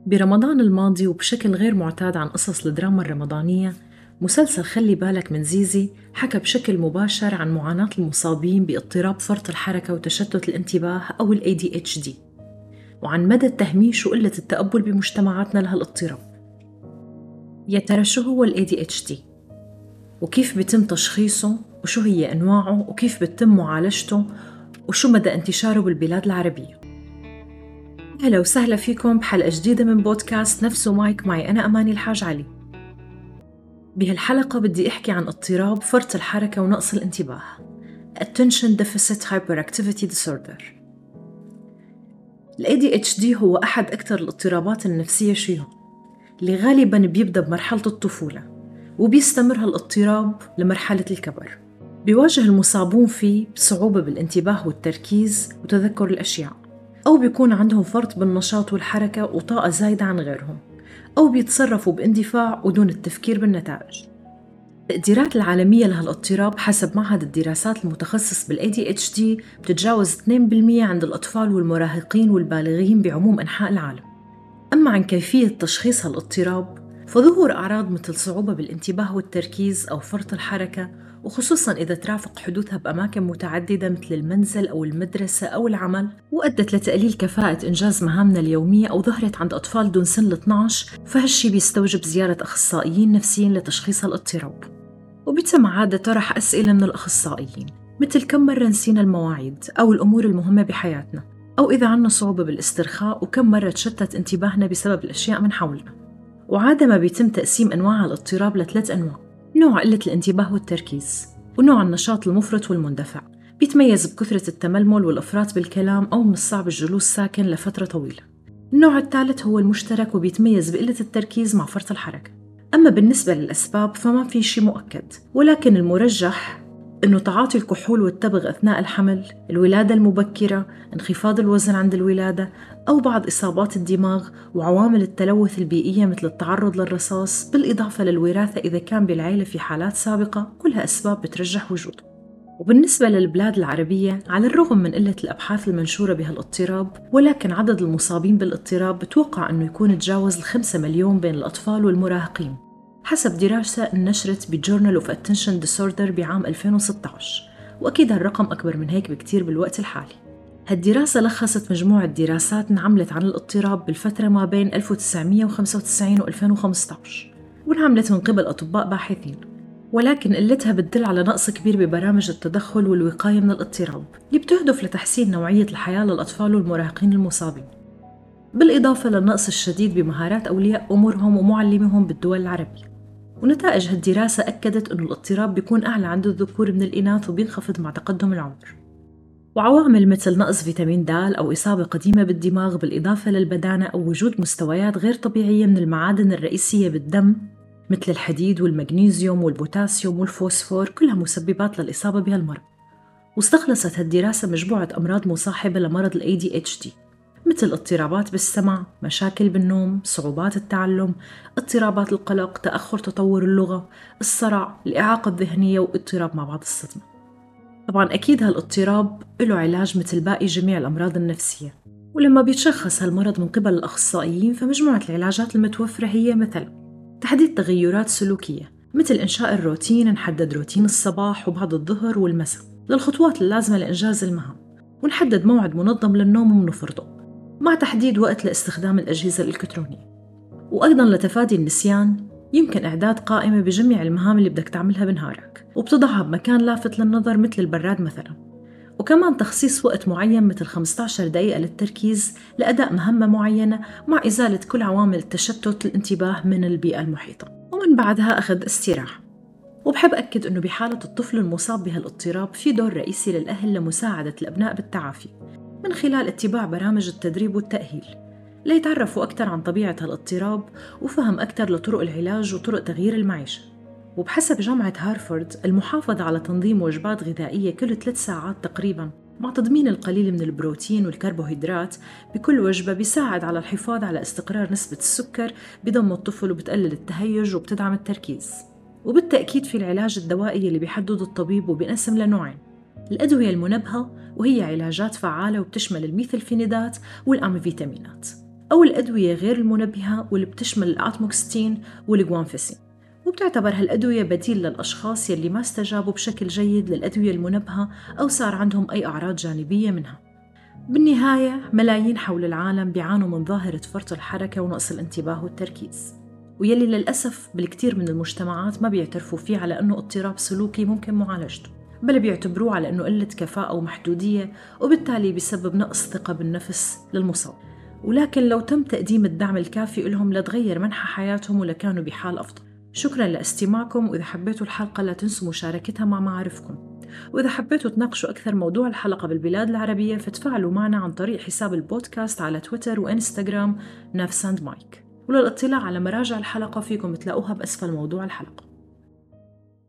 برمضان الماضي وبشكل غير معتاد عن قصص الدراما الرمضانية، مسلسل خلي بالك من زيزي حكى بشكل مباشر عن معاناة المصابين باضطراب فرط الحركة وتشتت الانتباه أو ال ADHD، وعن مدى التهميش وقلة التقبل بمجتمعاتنا لهالاضطراب. يا ترى شو هو ال ADHD؟ وكيف بيتم تشخيصه؟ وشو هي أنواعه؟ وكيف بتتم معالجته؟ وشو مدى انتشاره بالبلاد العربية؟ أهلا وسهلا فيكم بحلقة جديدة من بودكاست نفسه مايك، معي أنا أماني الحاج علي. بهالحلقة بدي أحكي عن اضطراب فرط الحركة ونقص الانتباه Attention Deficit Hyperactivity Disorder. ال ADHD هو أحد أكثر الاضطرابات النفسية شيوعاً، اللي غالباً بيبدأ بمرحلة الطفولة وبيستمر هالاضطراب لمرحلة الكبر. بيواجه المصابون فيه بصعوبة بالانتباه والتركيز وتذكر الأشياء، أو بيكون عندهم فرط بالنشاط والحركة وطاقة زايدة عن غيرهم، أو بيتصرفوا باندفاع ودون التفكير بالنتائج. التقديرات العالمية لهالاضطراب حسب معهد الدراسات المتخصص بال ADHD بتتجاوز 2% عند الأطفال والمراهقين والبالغين بعموم أنحاء العالم. أما عن كيفية تشخيص هالاضطراب، فظهور أعراض مثل صعوبة بالانتباه والتركيز أو فرط الحركة، وخصوصاً إذا ترافق حدوثها بأماكن متعددة مثل المنزل أو المدرسة أو العمل، وأدت لتقليل كفاءة إنجاز مهامنا اليومية، أو ظهرت عند أطفال دون سن ال 12، فهالشي بيستوجب زيارة أخصائيين نفسيين لتشخيص الاضطراب. وبيتم عادة طرح أسئلة من الأخصائيين مثل كم مرة نسينا المواعيد أو الأمور المهمة بحياتنا، أو إذا عنا صعوبة بالاسترخاء، وكم مرة تشتت انتباهنا بسبب الأشياء من حولنا. وعادة ما بيتم تقسيم أنواع الاضطراب ل3 أنواع: نوع قلة الانتباه والتركيز، ونوع النشاط المفرط والمندفع بيتميز بكثرة التململ والإفراط بالكلام، أو من الصعب الجلوس ساكن لفترة طويلة. النوع الثالث هو المشترك وبيتميز بقلة التركيز مع فرط الحركة. أما بالنسبة للأسباب فما في شيء مؤكد، ولكن المرجح إنه تعاطي الكحول والتبغ أثناء الحمل، الولادة المبكرة، انخفاض الوزن عند الولادة، أو بعض إصابات الدماغ، وعوامل التلوث البيئية مثل التعرض للرصاص، بالإضافة للوراثة إذا كان بالعائلة في حالات سابقة، كلها أسباب بترجح وجوده. وبالنسبة للبلاد العربية، على الرغم من قلة الأبحاث المنشورة بهالاضطراب، ولكن عدد المصابين بالاضطراب بتوقع أنه يكون تجاوز 5 مليون بين الأطفال والمراهقين، حسب دراسة نشرت بجورنال اوف اتنشن ديسوردر بعام 2016، وأكيد هالرقم أكبر من هيك بكتير بالوقت الحالي. هالدراسة لخصت مجموعة دراسات انعملت عن الاضطراب بالفترة ما بين 1995 و 2015، وانعملت من قبل أطباء باحثين، ولكن قلتها بتدل على نقص كبير ببرامج التدخل والوقاية من الاضطراب اللي بتهدف لتحسين نوعية الحياة للأطفال والمراهقين المصابين، بالإضافة للنقص الشديد بمهارات أولياء أمورهم ومعلميهم بالدول العربية. ونتائج هالدراسة أكدت أن الاضطراب بيكون أعلى عند الذكور من الإناث وبينخفض مع تقدم العمر. وعوامل مثل نقص فيتامين د أو إصابة قديمة بالدماغ، بالإضافة للبدانة أو وجود مستويات غير طبيعية من المعادن الرئيسية بالدم مثل الحديد والمغنيسيوم والبوتاسيوم والفوسفور، كلها مسببات للإصابة بهالمرض. واستخلصت هالدراسة مجموعة أمراض مصاحبة لمرض ال ADHD مثل اضطرابات بالسمع، مشاكل بالنوم، صعوبات التعلم، اضطرابات القلق، تأخر تطور اللغة، الصرع، الإعاقة الذهنية، واضطراب ما بعد الصدمة. طبعاً أكيد هالاضطراب له علاج مثل باقي جميع الأمراض النفسية، ولما بيتشخص هالمرض من قبل الأخصائيين فمجموعة العلاجات المتوفرة هي مثل تحديد تغيرات سلوكية مثل إنشاء الروتين، نحدد روتين الصباح وبعد الظهر والمساء للخطوات اللازمة لإنجاز المهام، ونحدد موعد منظم للنوم ونفرضه مع تحديد وقت لاستخدام الأجهزة الإلكترونية. وأيضاً لتفادي النسيان يمكن إعداد قائمة بجميع المهام اللي بدك تعملها بنهارك وبتضعها بمكان لافت للنظر مثل البراد مثلاً، وكمان تخصيص وقت معين مثل 15 دقيقة للتركيز لأداء مهمة معينة مع إزالة كل عوامل التشتت الانتباه من البيئة المحيطة، ومن بعدها أخذ استراحة. وبحب أكد أنه بحالة الطفل المصاب بهالاضطراب في دور رئيسي للأهل لمساعدة الأبناء بالتعافي من خلال اتباع برامج التدريب والتأهيل ليتعرفوا أكثر عن طبيعة هالاضطراب وفهم أكثر لطرق العلاج وطرق تغيير المعيشة. وبحسب جامعة هارفارد، المحافظة على تنظيم وجبات غذائية كل 3 ساعات تقريباً مع تضمين القليل من البروتين والكربوهيدرات بكل وجبة بيساعد على الحفاظ على استقرار نسبة السكر بدم الطفل، وبتقلل التهيج وبتدعم التركيز. وبالتأكيد في العلاج الدوائي اللي بيحدد الطبيب وبينقسم لنوعين: الأدوية المنبهة وهي علاجات فعالة وبتشمل الميثلفينيدات والأمفيتامينات، أو الأدوية غير المنبهة واللي بتشمل الأتموكستين والجوانفيسين. وبتعتبر هالأدوية بديل للأشخاص يلي ما استجابوا بشكل جيد للأدوية المنبهة أو صار عندهم أي أعراض جانبية منها. بالنهاية ملايين حول العالم بيعانوا من ظاهرة فرط الحركة ونقص الانتباه والتركيز، ويلي للأسف بالكثير من المجتمعات ما بيعترفوا فيه على أنه اضطراب سلوكي ممكن معالجته، بل بيعتبروه على أنه قلة كفاءة ومحدودية، وبالتالي بيسبب نقص ثقة بالنفس للمصاب. ولكن لو تم تقديم الدعم الكافي لهم لتغير منحى حياتهم ولكانوا بحال أفضل. شكراً لاستماعكم، وإذا حبيتوا الحلقة لا تنسوا مشاركتها مع معارفكم. وإذا حبيتوا تناقشوا أكثر موضوع الحلقة بالبلاد العربية فتفاعلوا معنا عن طريق حساب البودكاست على تويتر وإنستغرام نفس مايك. وللاطلاع على مراجع الحلقة فيكم تلاقوها بأسفل موضوع الحلقة.